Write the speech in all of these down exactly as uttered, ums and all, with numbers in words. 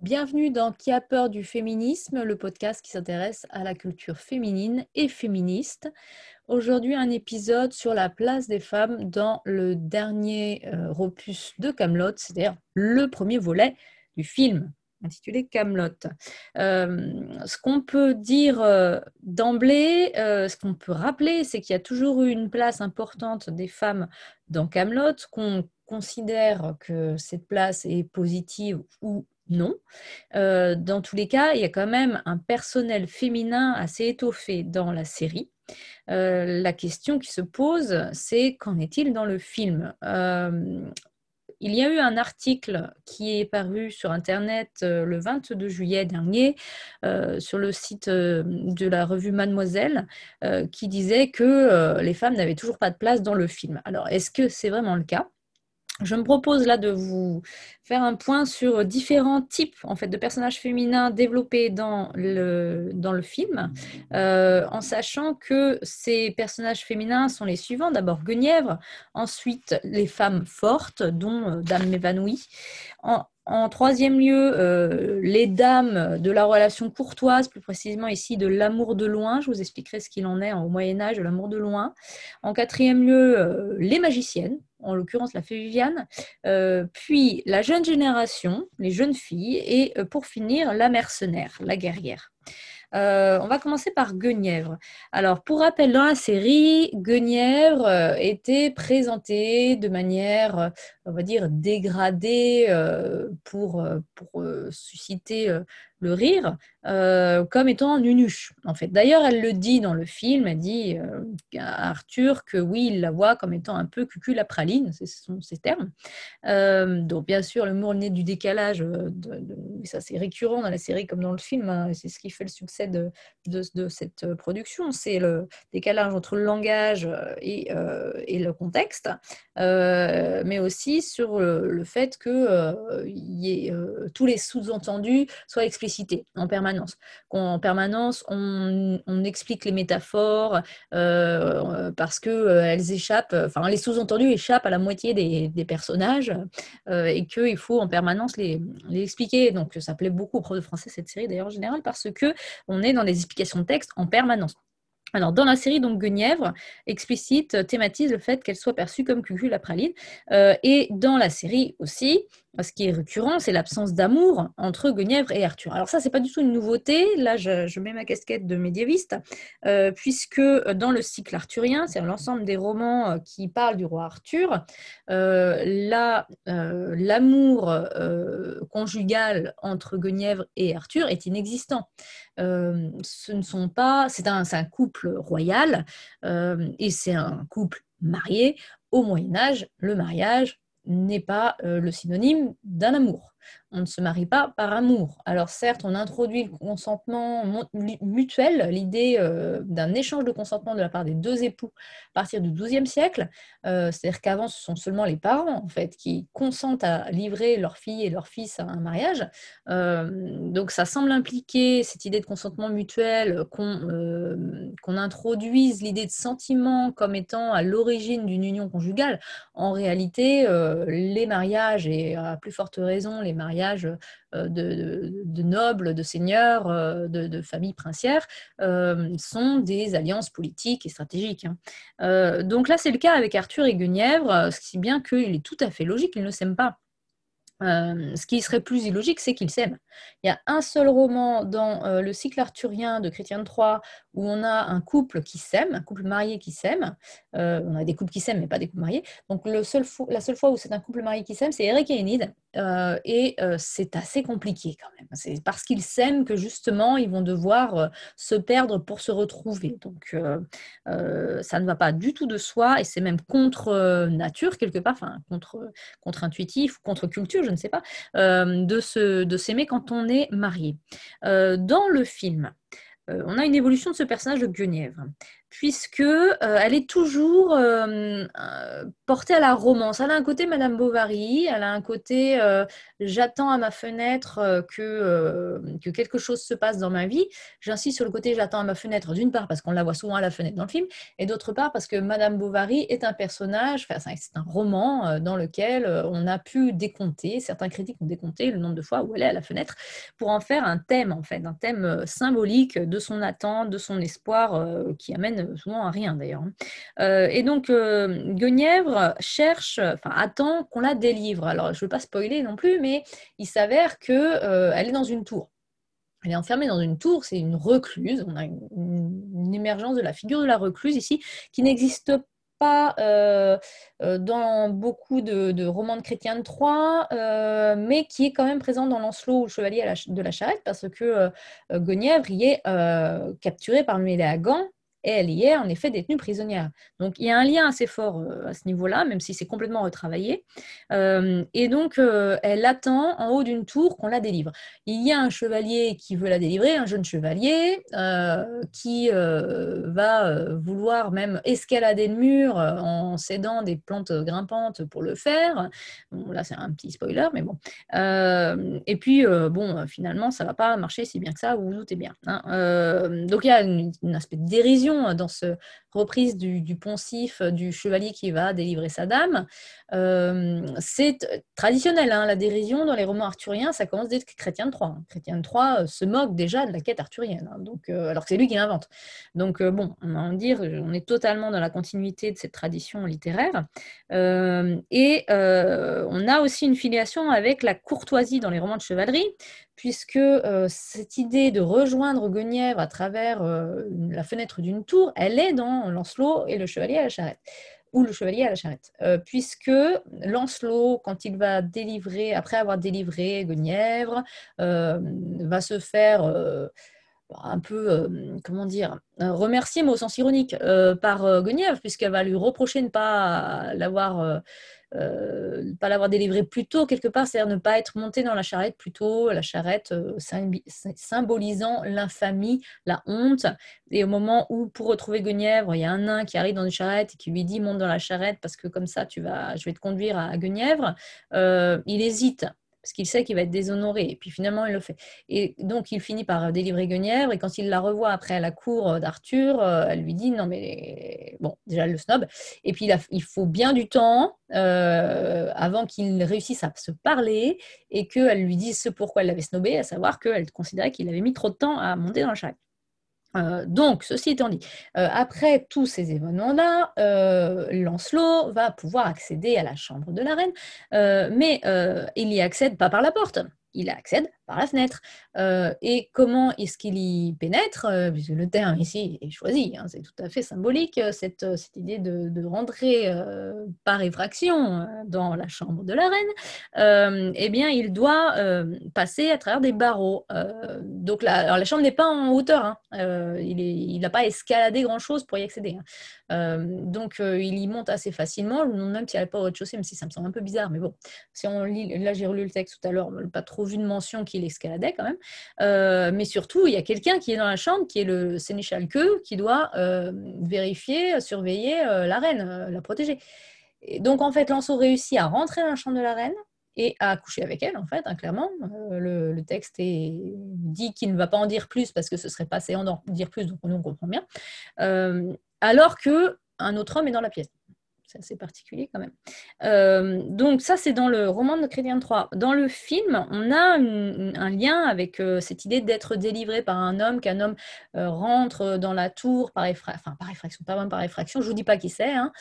Bienvenue dans Qui a peur du féminisme, le podcast qui s'intéresse à la culture féminine et féministe. Aujourd'hui, un épisode sur la place des femmes dans le dernier euh, opus de Kaamelott, c'est-à-dire le premier volet du film intitulé Kaamelott. Euh, ce qu'on peut dire euh, d'emblée, euh, ce qu'on peut rappeler, c'est qu'il y a toujours eu une place importante des femmes dans Kaamelott, qu'on considère que cette place est positive ou non. Euh, dans tous les cas, il y a quand même un personnel féminin assez étoffé dans la série. Euh, la question qui se pose, c'est qu'en est-il dans le film? Euh, il y a eu un article qui est paru sur Internet euh, le vingt-deux juillet dernier euh, sur le site euh, de la revue Mademoiselle euh, qui disait que euh, les femmes n'avaient toujours pas de place dans le film. Alors, est-ce que c'est vraiment le cas? Je me propose là de vous faire un point sur différents types en fait, de personnages féminins développés dans le, dans le film, euh, en sachant que ces personnages féminins sont les suivants. D'abord Guenièvre, ensuite les femmes fortes, dont euh, Dame Mévanouie. En, en troisième lieu, euh, les dames de la relation courtoise, plus précisément ici de l'amour de loin. Je vous expliquerai ce qu'il en est au Moyen-Âge de l'amour de loin. En quatrième lieu, euh, les magiciennes, en l'occurrence la fée Viviane, euh, puis la jeune génération, les jeunes filles, et euh, pour finir, la mercenaire, la guerrière. Euh, on va commencer par Guenièvre. Alors, pour rappel, dans la série, Guenièvre euh, était présentée de manière, euh, on va dire, dégradée euh, pour, euh, pour euh, susciter euh, le rire, euh, comme étant Nunuche, en fait. D'ailleurs, elle le dit dans le film, elle dit euh, à Arthur que oui, il la voit comme étant un peu cucul la praline, ce sont ses termes. Euh, donc, bien sûr, l'humour né du décalage, euh, de, de, ça c'est récurrent dans la série comme dans le film, hein, c'est ce qui fait le succès de, de, de cette production, c'est le décalage entre le langage et, euh, et le contexte, euh, mais aussi sur le, le fait que euh, y ait, euh, tous les sous-entendus soient explicités en permanence. Qu'en permanence, on, on explique les métaphores euh, parce qu'elles échappent, enfin les sous-entendus échappent à la moitié des, des personnages euh, et qu'il faut en permanence les, les expliquer. Donc ça plaît beaucoup aux profs de français cette série d'ailleurs en général parce que on est dans des explications de texte en permanence. Alors, dans la série, donc, Guenièvre explicite, thématise le fait qu'elle soit perçue comme cucul la praline. Euh, et dans la série aussi, ce qui est récurrent, c'est l'absence d'amour entre Guenièvre et Arthur. Alors ça, c'est pas du tout une nouveauté. Là, je, je mets ma casquette de médiéviste, euh, puisque dans le cycle arthurien, c'est l'ensemble des romans qui parlent du roi Arthur, euh, là, euh, l'amour euh, conjugal entre Guenièvre et Arthur est inexistant. Euh, ce ne sont pas, c'est un, c'est un couple royal euh, et c'est un couple marié. Au Moyen Âge, le mariage n'est pas euh, le synonyme d'un amour. On ne se marie pas par amour. Alors certes, on introduit le consentement mutuel, l'idée euh, d'un échange de consentement de la part des deux époux à partir du douzième siècle. Euh, c'est-à-dire qu'avant, ce sont seulement les parents en fait qui consentent à livrer leur fille et leur fils à un mariage. Euh, donc ça semble impliquer cette idée de consentement mutuel, qu'on euh, qu'on introduise l'idée de sentiment comme étant à l'origine d'une union conjugale. En réalité, euh, les mariages, et à plus forte raison les mariages euh, de, de, de nobles, de seigneurs, euh, de, de familles princières, euh, sont des alliances politiques et stratégiques. Hein. Euh, donc là, c'est le cas avec Arthur et Guenièvre, si bien qu'il est tout à fait logique qu'ils ne s'aiment pas. Euh, ce qui serait plus illogique, c'est qu'ils s'aiment. Il y a un seul roman dans euh, le cycle arthurien de Chrétien de Troyes où on a un couple qui s'aime, un couple marié qui s'aime. Euh, on a des couples qui s'aiment, mais pas des couples mariés. Donc le seul fo- la seule fois où c'est un couple marié qui s'aime, c'est Eric et Enid. Euh, et euh, c'est assez compliqué quand même. C'est parce qu'ils s'aiment que justement, ils vont devoir euh, se perdre pour se retrouver. Donc euh, euh, ça ne va pas du tout de soi et c'est même contre euh, nature quelque part, enfin contre contre-intuitif ou contre-culture, je ne sais pas, euh, de, se, de s'aimer quand on est marié. Euh, dans le film, euh, on a une évolution de ce personnage de Guenièvre, puisque euh, elle est toujours euh, euh, portée à la romance. Elle a un côté Madame Bovary, elle a un côté euh, j'attends à ma fenêtre euh, que, euh, que quelque chose se passe dans ma vie. J'insiste sur le côté j'attends à ma fenêtre, d'une part parce qu'on la voit souvent à la fenêtre dans le film, et d'autre part parce que Madame Bovary est un personnage, enfin, c'est un roman euh, dans lequel euh, on a pu décompter, certains critiques ont décompté le nombre de fois où elle est à la fenêtre pour en faire un thème, en fait, un thème euh, symbolique de son attente, de son espoir, euh, qui amène souvent à rien d'ailleurs. Euh, et donc, euh, Guenièvre cherche, enfin, attend qu'on la délivre. Alors, je ne veux pas spoiler non plus, mais il s'avère qu'elle euh, est dans une tour. Elle est enfermée dans une tour, c'est une recluse. On a une, une émergence de la figure de la recluse ici qui n'existe pas euh, euh, dans beaucoup de, de romans de Chrétien de Troyes, euh, mais qui est quand même présente dans Lancelot ou le Chevalier à la, de la Charrette, parce que euh, Guenièvre y est euh, capturée par Méléagant, et elle y est en effet détenue prisonnière. Donc il y a un lien assez fort euh, à ce niveau-là, même si c'est complètement retravaillé. Euh, et donc euh, elle attend en haut d'une tour qu'on la délivre. Il y a un chevalier qui veut la délivrer, un jeune chevalier, euh, qui euh, va euh, vouloir même escalader le mur euh, en cédant des plantes grimpantes pour le faire. Bon, là, c'est un petit spoiler, mais bon. Euh, et puis, euh, bon, finalement, ça ne va pas marcher si bien que ça, vous vous doutez bien. Hein. Euh, donc, il y a un aspect de dérision dans ce reprise du, du poncif du chevalier qui va délivrer sa dame. Euh, c'est traditionnel, hein, la dérision dans les romans arthuriens, ça commence dès Chrétien de Troyes. Hein. Chrétien de Troyes euh, se moque déjà de la quête arthurienne, hein, donc, euh, alors que c'est lui qui l'invente. Donc euh, bon, on va en dire, on est totalement dans la continuité de cette tradition littéraire. Euh, et euh, on a aussi une filiation avec la courtoisie dans les romans de chevalerie, puisque euh, cette idée de rejoindre Guenièvre à travers euh, la fenêtre d'une tour, elle est dans Lancelot et le chevalier à la charrette ou le chevalier à la charrette, euh, puisque Lancelot, quand il va délivrer, après avoir délivré Guenièvre, euh, va se faire euh, un peu, euh, comment dire, euh, remercier, mais au sens ironique, euh, par euh, Guenièvre, puisqu'elle va lui reprocher de ne pas l'avoir euh, euh, pas l'avoir délivré plus tôt quelque part, c'est-à-dire ne pas être monté dans la charrette plus tôt, la charrette euh, symbolisant l'infamie, la honte. Et au moment où, pour retrouver Guenièvre, il y a un nain qui arrive dans une charrette et qui lui dit monte dans la charrette parce que comme ça, tu vas, je vais te conduire à, à Guenièvre, euh, il hésite parce qu'il sait qu'il va être déshonoré. Et puis finalement, il le fait. Et donc, il finit par délivrer Guenièvre. Et quand il la revoit après à la cour d'Arthur, euh, elle lui dit non, mais bon, déjà, elle le snob. Et puis, il, a, il faut bien du temps euh, avant qu'ils réussissent à se parler et qu'elle lui dise ce pourquoi elle l'avait snobé, à savoir qu'elle considérait qu'il avait mis trop de temps à monter dans le charrette. Euh, donc, ceci étant dit, euh, après tous ces événements-là, euh, Lancelot va pouvoir accéder à la chambre de la reine, euh, mais euh, il y accède pas par la porte, il accède par la fenêtre. Euh, et comment est-ce qu'il y pénètre euh, puisque le terme ici est choisi, hein, c'est tout à fait symbolique, cette, cette idée de, de rentrer euh, par effraction euh, dans la chambre de la reine, euh, eh bien, il doit euh, passer à travers des barreaux. Euh, donc, la, alors, la chambre n'est pas en hauteur, hein, euh, il n'a pas escaladé grand-chose pour y accéder. Hein. Euh, donc, euh, il y monte assez facilement. Je me demande même s'il n'y avait pas au rez-de-chaussée, même si ça me semble un peu bizarre. Mais bon, si on lit, là, j'ai relu le texte tout à l'heure, on n'a pas trop vu de mention qu'il escaladait quand même. Euh, mais surtout, il y a quelqu'un qui est dans la chambre, qui est le sénéchal Queux, qui doit euh, vérifier, surveiller euh, la reine, euh, la protéger. Et donc, en fait, Lancelot réussit à rentrer dans la chambre de la reine et à coucher avec elle, en fait, hein, clairement. Euh, le, le, texte est, dit qu'il ne va pas en dire plus parce que ce serait pas assez en dire plus, donc nous, on comprend bien. Euh, alors qu'un autre homme est dans la pièce. C'est assez particulier quand même. Euh, donc ça, c'est dans le roman de Chrétien de Troyes. Dans le film, on a une, un lien avec euh, cette idée d'être délivré par un homme, qu'un homme euh, rentre dans la tour par, effra... enfin, par effraction, pas même par effraction, je ne vous dis pas qui c'est. Hein.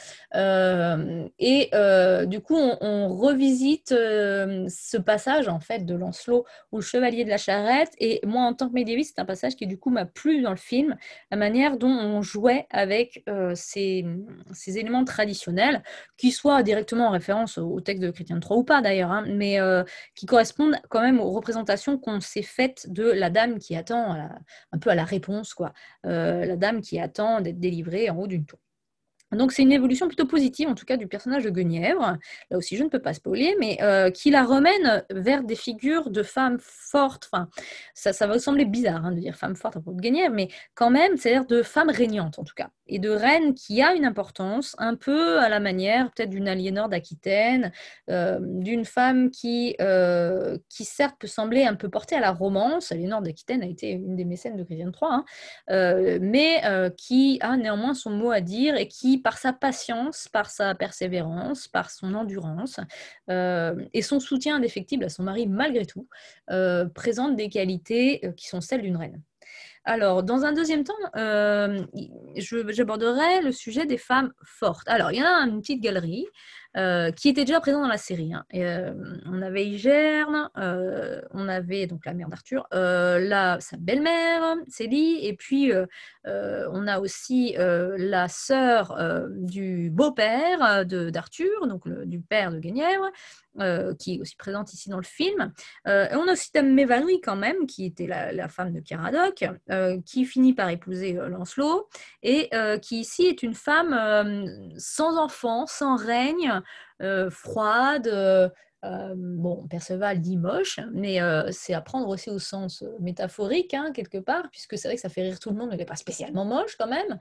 Euh, et euh, du coup, on, on revisite euh, ce passage en fait de Lancelot ou le chevalier de la charrette. Et moi, en tant que médiéviste, c'est un passage qui du coup m'a plu dans le film, la manière dont on jouait avec euh, ces, ces éléments traditionnels, qui soient directement en référence au texte de Chrétien de Troyes ou pas d'ailleurs, hein, mais euh, qui correspondent quand même aux représentations qu'on s'est faites de la dame qui attend, à la, un peu à la réponse, quoi, euh, la dame qui attend d'être délivrée en haut d'une tour. Donc c'est une évolution plutôt positive, en tout cas du personnage de Guenièvre. Là aussi, je ne peux pas spoiler, mais euh, qui la remène vers des figures de femmes fortes. Enfin, ça, ça va sembler bizarre hein, de dire femme forte à propos de Guenièvre, mais quand même, c'est-à-dire de femmes régnantes en tout cas, et de reines qui a une importance, un peu à la manière peut-être d'une Aliénor d'Aquitaine, euh, d'une femme qui, euh, qui certes peut sembler un peu portée à la romance. Aliénor d'Aquitaine a été une des mécènes de Christian trois, hein, euh, mais euh, qui a néanmoins son mot à dire et qui, par sa patience, par sa persévérance, par son endurance euh, et son soutien indéfectible à son mari malgré tout, euh, présente des qualités euh, qui sont celles d'une reine. Alors, dans un deuxième temps, euh, je- j'aborderai le sujet des femmes fortes. Alors, il y en a une petite galerie euh, qui était déjà présente dans la série, hein. Et, euh, on avait Igerne, euh, on avait donc la mère d'Arthur, euh, la, sa belle-mère, Célie, et puis euh, euh, on a aussi euh, la sœur euh, du beau-père euh, de- d'Arthur, donc le- du père de Guenièvre, euh, qui est aussi présente ici dans le film. Euh, et on a aussi Dame Mévanoui quand même, qui était la, la femme de Caradoc, euh, qui finit par épouser euh, Lancelot, et euh, qui ici est une femme euh, sans enfant, sans règne, euh, froide. euh, euh, bon, Perceval dit moche, mais euh, c'est à prendre aussi au sens euh, métaphorique, hein, quelque part, puisque c'est vrai que ça fait rire tout le monde, mais il n'est pas spécialement moche quand même.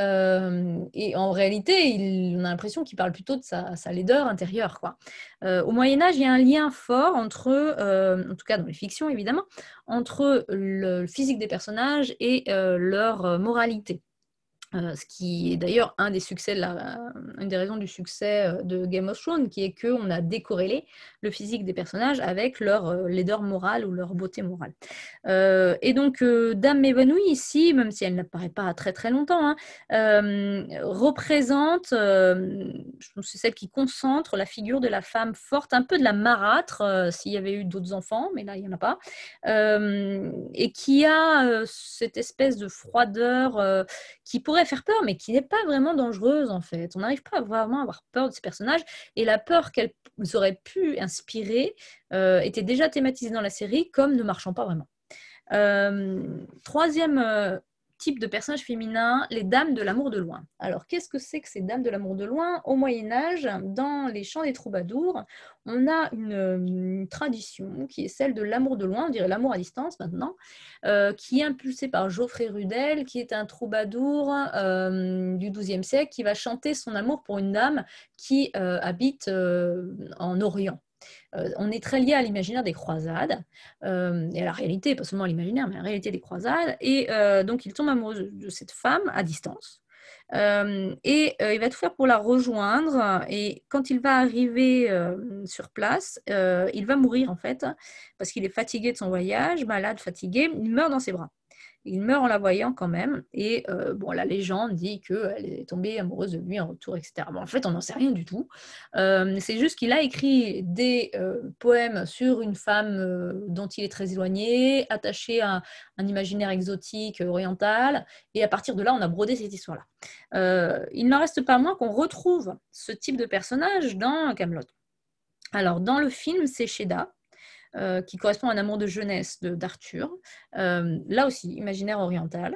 Euh, et en réalité, il, on a l'impression qu'il parle plutôt de sa, sa laideur intérieure, quoi. Euh, au Moyen Âge, il y a un lien fort entre, euh, en tout cas dans les fictions évidemment, entre le physique des personnages et euh, leur euh, moralité. Euh, ce qui est d'ailleurs un des succès, de la- une des raisons du succès euh, de Game of Thrones, qui est qu'on a décorrélé le physique des personnages avec leur euh, laideur morale ou leur beauté morale. Euh, et donc, euh, Dame évanouie ici, même si elle n'apparaît pas très très longtemps, hein, euh, représente, euh, je pense que c'est celle qui concentre la figure de la femme forte, un peu de la marâtre, euh, s'il y avait eu d'autres enfants, mais là il n'y en a pas, euh, et qui a euh, cette espèce de froideur euh, qui pourrait faire peur, mais qui n'est pas vraiment dangereuse en fait. On n'arrive pas à vraiment à avoir peur de ces personnages, et la peur qu'elles auraient pu inspirer euh, était déjà thématisée dans la série comme ne marchant pas vraiment. Euh, troisième euh, type de personnage féminin, les dames de l'amour de loin. Alors, qu'est-ce que c'est que ces dames de l'amour de loin? Au Moyen-Âge, dans les chants des troubadours, on a une, une tradition qui est celle de l'amour de loin, on dirait l'amour à distance maintenant, euh, qui est impulsée par Geoffrey Rudel, qui est un troubadour euh, du douzième siècle, qui va chanter son amour pour une dame qui euh, habite euh, en Orient. Euh, on est très lié à l'imaginaire des croisades, euh, et à la réalité, pas seulement à l'imaginaire, mais à la réalité des croisades. Et euh, donc, il tombe amoureux de, de cette femme à distance. Euh, et euh, il va tout faire pour la rejoindre. Et quand il va arriver euh, sur place, euh, il va mourir en fait, parce qu'il est fatigué de son voyage, malade, fatigué. Il meurt dans ses bras. Il meurt en la voyant quand même. Et euh, bon, la légende dit qu'elle est tombée amoureuse de lui en retour, et cetera. Bon, en fait, on n'en sait rien du tout. Euh, c'est juste qu'il a écrit des euh, poèmes sur une femme euh, dont il est très éloigné, attaché à un imaginaire exotique euh, oriental. Et à partir de là, on a brodé cette histoire-là. Euh, il n'en reste pas moins qu'on retrouve ce type de personnage dans Camelot. Alors, dans le film, c'est Sheda, euh, qui correspond à un amour de jeunesse de- d'Arthur. Euh, là aussi, imaginaire oriental,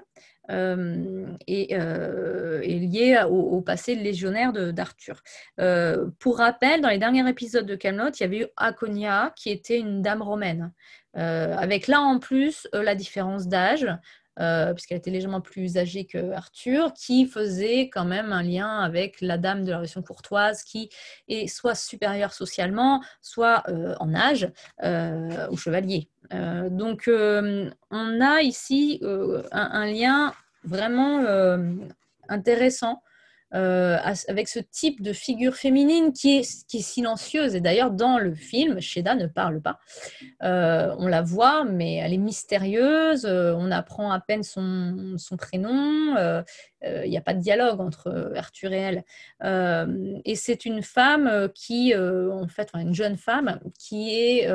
euh, et, euh, et lié au, au passé légionnaire de- d'Arthur. Euh, pour rappel, dans les derniers épisodes de Camelot, il y avait eu Aconia, qui était une dame romaine, euh, avec là en plus euh, la différence d'âge. Euh, puisqu'elle était légèrement plus âgée que Arthur, qui faisait quand même un lien avec la dame de la Révolution courtoise, qui est soit supérieure socialement, soit euh, en âge, euh, au chevalier. Euh, donc, euh, on a ici euh, un, un lien vraiment euh, intéressant euh, avec ce type de figure féminine qui est, qui est silencieuse. Et d'ailleurs, dans le film, Sheda ne parle pas. Euh, on la voit, mais elle est mystérieuse. Euh, on apprend à peine son, son prénom. Euh, Il n'y a pas de dialogue entre Arthur et elle. Euh, et c'est une femme euh, qui, euh, en fait, enfin, une jeune femme qui est,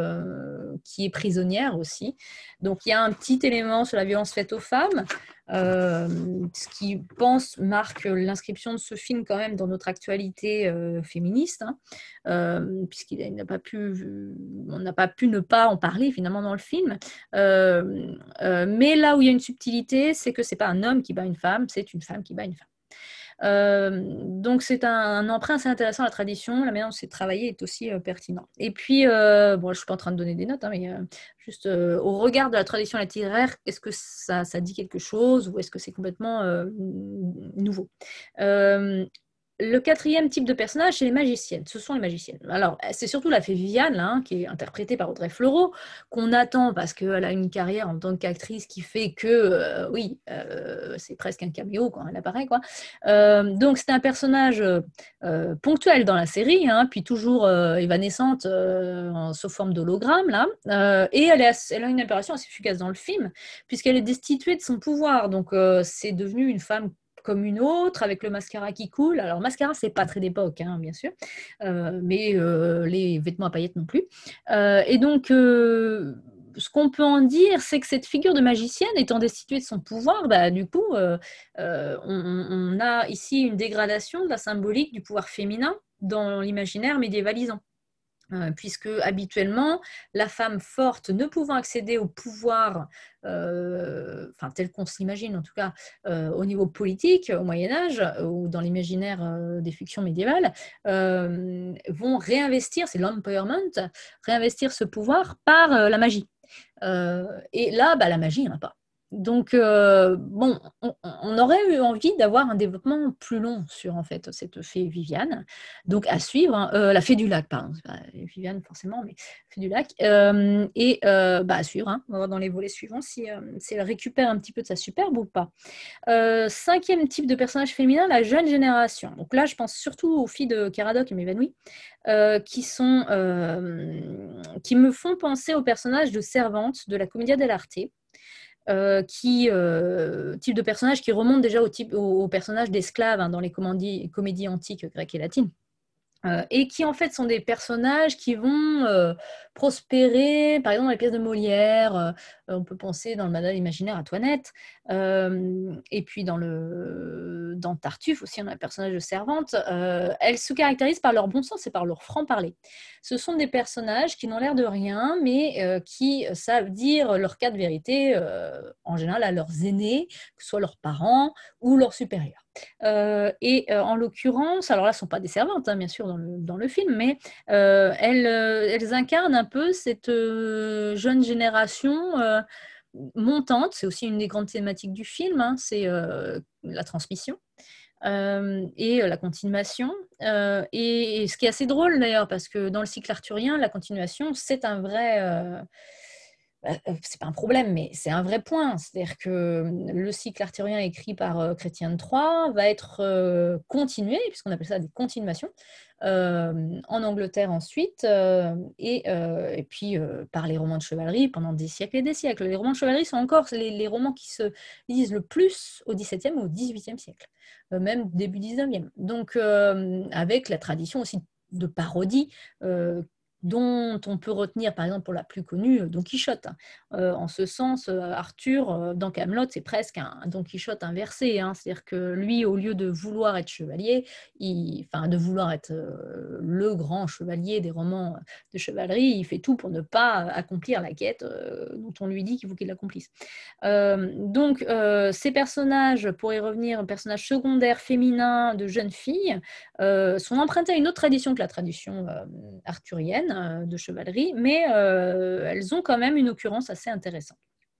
euh, qui est prisonnière aussi. Donc il y a un petit élément sur la violence faite aux femmes, euh, ce qui, pense, marque l'inscription de ce film quand même dans notre actualité euh, féministe, hein, euh, puisqu'il n'a pas pu, on n'a pas pu ne pas en parler finalement dans le film. Euh, euh, mais là où il y a une subtilité, c'est que c'est pas un homme qui bat une femme, c'est une femme qui bat une femme. Euh, donc c'est un, un emprunt assez intéressant à la tradition. La manière dont c'est travaillé est aussi euh, pertinent. Et puis, euh, bon, je ne suis pas en train de donner des notes, hein, mais euh, juste euh, au regard de la tradition littéraire, est-ce que ça, ça dit quelque chose ou est-ce que c'est complètement euh, nouveau? Euh, le quatrième type de personnage, c'est les magiciennes. Ce sont les magiciennes. Alors, c'est surtout la fée Viviane, là, hein, qui est interprétée par Audrey Fleurot, qu'on attend parce qu'elle a une carrière en tant qu'actrice qui fait que, euh, oui, euh, c'est presque un caméo quand elle apparaît, quoi. Euh, donc, c'est un personnage euh, ponctuel dans la série, hein, puis toujours euh, évanescente euh, en, sous forme d'hologramme, là. Euh, et elle, est, elle a une apparition assez fugace dans le film, puisqu'elle est destituée de son pouvoir. Donc, euh, c'est devenu une femme comme une autre, avec le mascara qui coule. Alors, mascara, c'est pas très d'époque, hein, bien sûr, euh, mais euh, les vêtements à paillettes non plus. Euh, et donc, euh, ce qu'on peut en dire, c'est que cette figure de magicienne, étant destituée de son pouvoir, bah, du coup, euh, euh, on, on a ici une dégradation de la symbolique du pouvoir féminin dans l'imaginaire médiévalisant. Euh, puisque habituellement, la femme forte ne pouvant accéder au pouvoir, euh, enfin tel qu'on s'imagine en tout cas, euh, au niveau politique au Moyen Âge euh, ou dans l'imaginaire euh, des fictions médiévales, euh, vont réinvestir, c'est l'empowerment, réinvestir ce pouvoir par euh, la magie. Euh, et là, bah, la magie, il n'y en a pas. Donc, euh, bon, on, on, aurait eu envie d'avoir un développement plus long sur, en fait, cette fée Viviane. Donc, à suivre, hein. Euh, la fée du lac, pardon. C'est pas Viviane, forcément, mais fée du lac. Euh, et euh, bah, à suivre, hein. On va voir dans les volets suivants si, euh, si elle récupère un petit peu de sa superbe ou pas. Euh, cinquième type de personnage féminin, la jeune génération. Donc là, je pense surtout aux filles de Caradoc et m'évanouis, euh, qui sont, euh, qui me font penser au personnage de servante de la Commedia dell'arte, euh, qui euh, type de personnage qui remonte déjà au type au, au personnage d'esclave hein, dans les comédies, comédies antiques grecques et latines. Euh, et qui en fait sont des personnages qui vont euh, prospérer, par exemple dans les pièces de Molière, euh, on peut penser dans le Madame imaginaire à Toinette, euh, et puis dans, le, dans Tartuffe aussi on a un personnage de servante, euh, elles se caractérisent par leur bon sens et par leur franc-parler. Ce sont des personnages qui n'ont l'air de rien, mais euh, qui savent dire leur cas de vérité, euh, en général à leurs aînés, que ce soit leurs parents ou leurs supérieurs. Euh, et euh, en l'occurrence, alors là, ce ne sont pas des servantes, hein, bien sûr, dans le, dans le film, mais euh, elles, euh, elles incarnent un peu cette euh, jeune génération euh, montante. C'est aussi une des grandes thématiques du film, hein, c'est euh, la transmission. Euh, et la continuation. Euh, et, et ce qui est assez drôle d'ailleurs, parce que dans le cycle arthurien, la continuation, c'est un vrai, euh, c'est pas un problème, mais c'est un vrai point. C'est-à-dire que le cycle arthurien écrit par euh, Chrétien de Troyes va être euh, continué, puisqu'on appelle ça des continuations, euh, en Angleterre ensuite, euh, et, euh, et puis euh, par les romans de chevalerie pendant des siècles et des siècles. Les romans de chevalerie sont encore les, les romans qui se lisent le plus au dix-septième ou au dix-huitième siècle, euh, même début dix-neuvième. Donc, euh, avec la tradition aussi de parodie euh, dont on peut retenir, par exemple, pour la plus connue, Don Quichotte. Euh, en ce sens, euh, Arthur, euh, dans Camelot, c'est presque un, un Don Quichotte inversé. Hein. C'est-à-dire que lui, au lieu de vouloir être chevalier, il, enfin, de vouloir être euh, le grand chevalier des romans de chevalerie, il fait tout pour ne pas accomplir la quête euh, dont on lui dit qu'il faut qu'il l'accomplisse. Euh, donc, euh, ces personnages, pour y revenir, personnages secondaires féminins de jeunes filles, euh, sont empruntés à une autre tradition que la tradition euh, arthurienne euh, de chevalerie, mais euh, elles ont quand même une occurrence assez intéressante.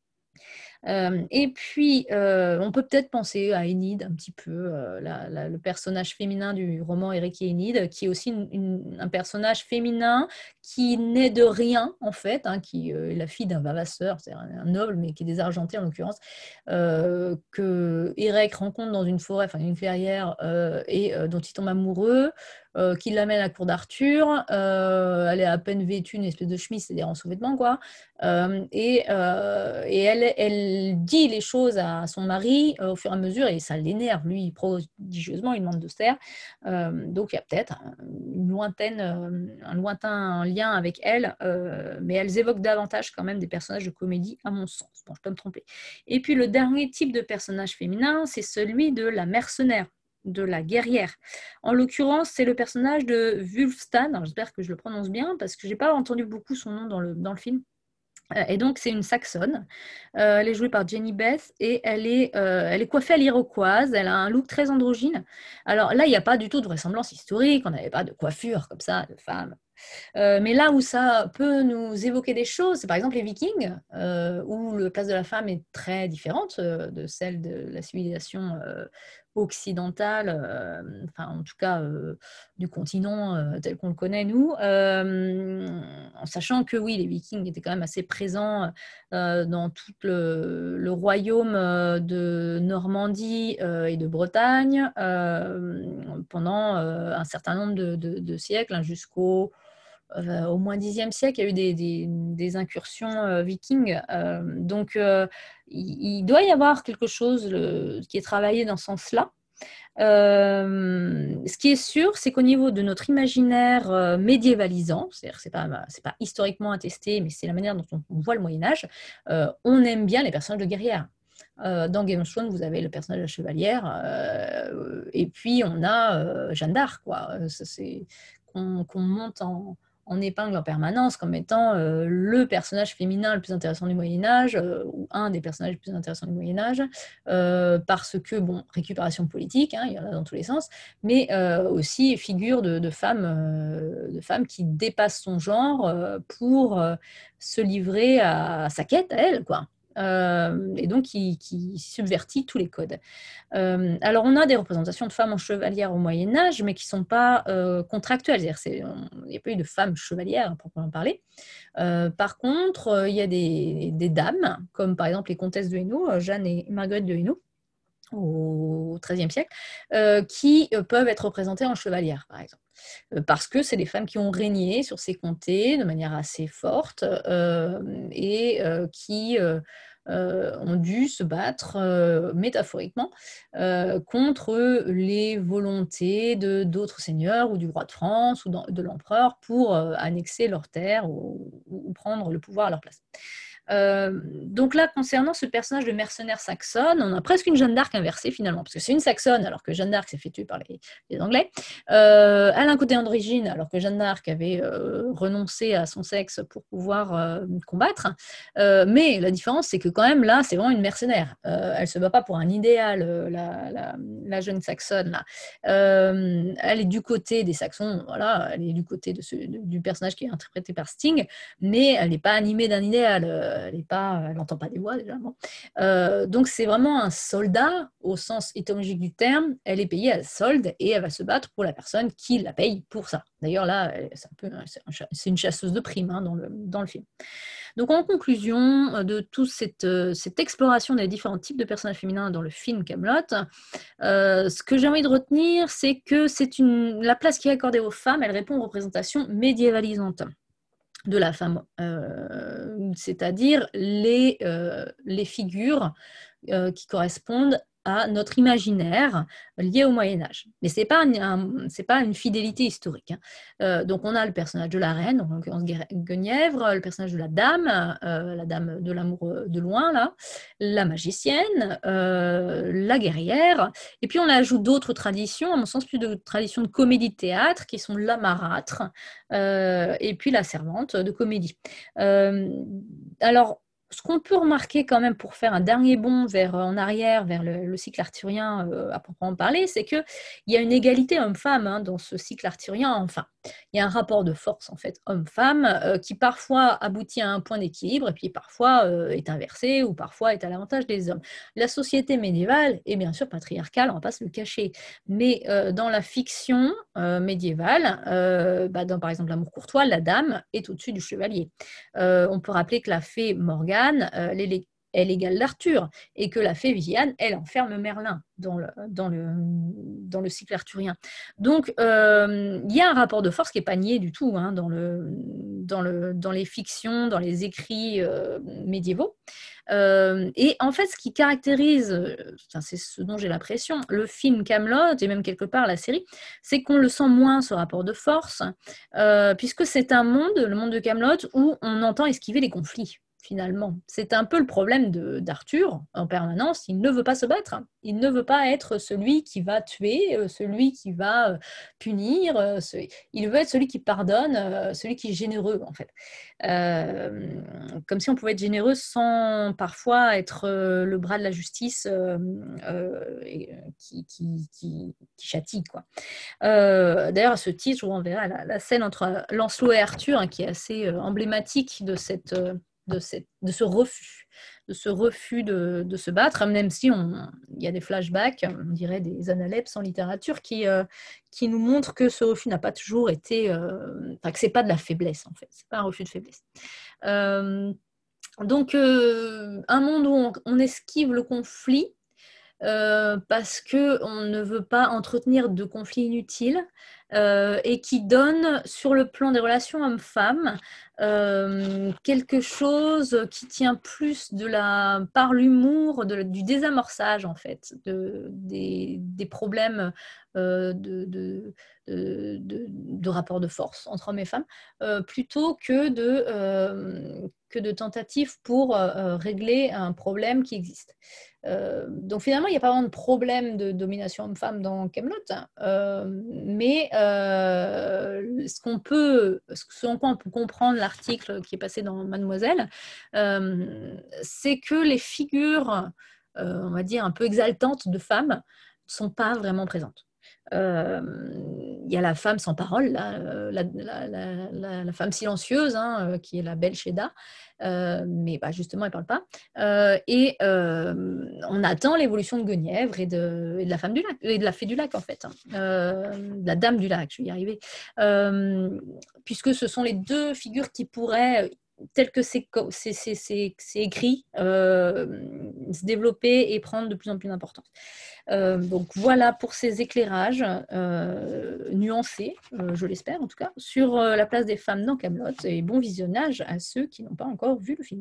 Euh, et puis, euh, on peut peut-être penser à Énide un petit peu, euh, la, la, le personnage féminin du roman Éric et Énide, qui est aussi une, une, un personnage féminin qui naît de rien, en fait, hein, qui euh, est la fille d'un vavasseur, c'est un, un noble, mais qui est désargenté en l'occurrence, euh, que Érec rencontre dans une forêt, enfin une clairière, euh, et euh, dont il tombe amoureux. Euh, qui l'amène à la cour d'Arthur. Euh, elle est à peine vêtue, une espèce de chemise, c'est-à-dire en sous-vêtements, quoi. Euh, et, euh, et elle, elle dit les choses à son mari euh, au fur et à mesure, et ça l'énerve, lui, prodigieusement, il demande de se taire. Euh, donc il y a peut-être une lointaine, euh, un lointain lien avec elle, euh, mais elles évoquent davantage quand même des personnages de comédie, à mon sens. Bon, je peux me tromper. Et puis le dernier type de personnage féminin, c'est celui de la mercenaire, de la guerrière. En l'occurrence, c'est le personnage de Wulfstan. J'espère que je le prononce bien, parce que je n'ai pas entendu beaucoup son nom dans le, dans le film. Et donc, c'est une Saxonne. Euh, elle est jouée par Jenny Beth et elle est, euh, elle est coiffée à l'iroquoise. Elle a un look très androgyne. Alors là, il n'y a pas du tout de vraisemblance historique. On n'avait pas de coiffure comme ça de femme. Euh, mais là où ça peut nous évoquer des choses, c'est par exemple les Vikings, euh, où la place de la femme est très différente euh, de celle de la civilisation euh, occidentale, euh, enfin en tout cas euh, du continent euh, tel qu'on le connaît nous, euh, en sachant que oui, les Vikings étaient quand même assez présents euh, dans tout le, le royaume euh, de Normandie euh, et de Bretagne euh, pendant euh, un certain nombre de, de- de siècles, hein, jusqu'au euh, au moins dixième siècle, il y a eu des, des- des incursions euh, vikings. Euh, donc, euh, il, il doit y avoir quelque chose le- qui est travaillé dans ce sens-là. Euh, ce qui est sûr, c'est qu'au niveau de notre imaginaire euh, médiévalisant, c'est-à-dire que c'est pas, c'est pas historiquement attesté, mais c'est la manière dont on, on voit le Moyen Âge, euh, on aime bien les personnages de guerrières. Euh, dans Game of Thrones, vous avez le personnage de la chevalière, euh, et puis on a euh, Jeanne d'Arc, quoi. Euh, Ça, c'est qu'on qu'on monte en, en épingle en permanence comme étant euh, le personnage féminin le plus intéressant du Moyen Âge, euh, ou un des personnages les plus intéressants du Moyen Âge, euh, parce que, bon, récupération politique, hein, il y en a dans tous les sens, mais euh, aussi figure de, de femmes euh, de femmes qui dépassent son genre euh, pour euh, se livrer à, à sa quête, à elle, quoi. Euh, et donc qui, qui subvertit tous les codes. Euh, alors, on a des représentations de femmes en chevalière au Moyen Âge, mais qui ne sont pas euh, contractuelles. C'est-à-dire, c'est- on- il n'y a pas eu de femmes chevalières, à proprement parler. Euh, par contre, euh, il y a des, des dames, comme par exemple les comtesses de Hainaut, euh, Jeanne et Marguerite de Hainaut, au treizième siècle, euh, qui euh, peuvent être représentées en chevalière, par exemple. Euh, parce que c'est des femmes qui ont régné sur ces comtés de manière assez forte euh, et euh, qui euh, euh, ont dû se battre euh, métaphoriquement euh, contre les volontés de d'autres seigneurs ou du roi de France ou dans- de l'empereur pour euh, annexer leurs terres ou, ou prendre le pouvoir à leur place. Euh, donc là, concernant ce personnage de mercenaire saxonne, on a presque une Jeanne d'Arc inversée finalement, parce que c'est une saxonne alors que Jeanne d'Arc s'est fait tuer par les, les Anglais. Euh, elle a un côté androgyne alors que Jeanne d'Arc avait euh, renoncé à son sexe pour pouvoir euh, combattre. Euh, mais la différence, c'est que quand même là, c'est vraiment une mercenaire. Euh, elle se bat pas pour un idéal, euh, la, la, la, jeune saxonne là. Euh, elle est du côté des Saxons, voilà, elle est du côté de ce, du personnage qui est interprété par Sting, mais elle n'est pas animée d'un idéal. Euh, elle est pas, elle n'entend pas des voix déjà. Bon. Euh, donc c'est vraiment un soldat au sens étymologique du terme. Elle est payée à solde et elle va se battre pour la personne qui la paye pour ça. D'ailleurs là, c'est un peu, c'est une chasseuse de primes hein, dans, le, dans le film. Donc en conclusion de toute cette, cette exploration des différents types de personnages féminins dans le film Kaamelott, euh, ce que j'ai envie de retenir, c'est que c'est une, la place qui est accordée aux femmes, elle répond aux représentations médiévalisantes de la femme, euh, c'est-à-dire les, euh, les figures euh, qui correspondent à notre imaginaire lié au Moyen Âge. Mais ce n'est pas, un, c'est pas une fidélité historique. Hein. Euh, donc on a le personnage de la reine, en l'occurrence Guenièvre, le personnage de la dame, euh, la dame de l'amour de loin, là, la magicienne, euh, la guerrière, et puis on ajoute d'autres traditions, à mon sens plus de traditions de comédie de théâtre, qui sont la marâtre, euh, et puis la servante de comédie. Euh, alors, ce qu'on peut remarquer quand même pour faire un dernier bond vers, en arrière, vers le, le cycle arthurien euh, à proprement parler, c'est qu'il y a une égalité homme-femme hein, dans ce cycle arthurien. Enfin, il y a un rapport de force en fait homme-femme euh, qui parfois aboutit à un point d'équilibre et puis parfois euh, est inversé ou parfois est à l'avantage des hommes. La société médiévale est bien sûr patriarcale, on ne va pas se le cacher, mais euh, dans la fiction euh, médiévale, euh, bah, dans par exemple l'amour courtois, la dame est au-dessus du chevalier. Euh, on peut rappeler que la fée Morgane, euh, elle est elle égale l'Arthur, et que la fée Viviane, elle enferme Merlin dans le, dans le, dans le cycle arthurien. Donc, euh, il y a un rapport de force qui n'est pas nié du tout hein, dans, le, dans, le, dans les fictions, dans les écrits euh, médiévaux. Euh, et en fait, ce qui caractérise, enfin, c'est ce dont j'ai l'impression, le film Kaamelott, et même quelque part la série, c'est qu'on le sent moins, ce rapport de force, euh, puisque c'est un monde, le monde de Kaamelott, où on entend esquiver les conflits. finalement. C'est un peu le problème de, d'Arthur en permanence. Il ne veut pas se battre. Il ne veut pas être celui qui va tuer, euh, celui qui va euh, punir. euh, ce- Il veut être celui qui pardonne, euh, celui qui est généreux, en fait. Euh, Comme si on pouvait être généreux sans parfois être euh, le bras de la justice euh, euh, et, euh, qui, qui, qui, qui châtie, quoi. Euh, d'ailleurs, à ce titre, je vous renverrai la, la scène entre Lancelot et Arthur, hein, qui est assez euh, emblématique de, cette, euh, de, cette, de ce refus, de ce refus de, de se battre, même si on, il y a des flashbacks, on dirait des analepses en littérature, qui, euh, qui nous montrent que ce refus n'a pas toujours été, euh, enfin que c'est pas de la faiblesse en fait, c'est pas un refus de faiblesse. Euh, donc, euh, un monde où on, on esquive le conflit, euh, parce qu'on ne veut pas entretenir de conflits inutiles, euh, et qui donne, sur le plan des relations hommes-femmes, euh, quelque chose qui tient plus de la, par l'humour, de, du désamorçage en fait, de, des, des problèmes euh, de, de, de, de, de rapports de force entre hommes et femmes, euh, plutôt que de, euh, que de tentatives pour euh, régler un problème qui existe. Euh, donc finalement, il n'y a pas vraiment de problème de domination homme-femme dans Camelot, hein. Euh, mais euh, ce qu'on peut, ce en quoi on peut comprendre l'article qui est passé dans Mademoiselle, euh, c'est que les figures, euh, on va dire, un peu exaltantes de femmes ne sont pas vraiment présentes. Euh, Il y a la femme sans parole, là, euh, la, la, la, la, la femme silencieuse, hein, euh, qui est la belle Sheda, euh, mais bah, justement, elle ne parle pas. Euh, et euh, on attend l'évolution de Guenièvre et de, et de la femme du lac, et de la fée du lac, en fait, hein. Euh, de la dame du lac, je vais y arriver. Euh, puisque ce sont les deux figures qui pourraient, tel que c'est, c'est, c'est, c'est, c'est écrit, euh, se développer et prendre de plus en plus d'importance. Euh, donc voilà pour ces éclairages euh, nuancés, euh, je l'espère en tout cas, sur euh, la place des femmes dans Camelot, et bon visionnage à ceux qui n'ont pas encore vu le film.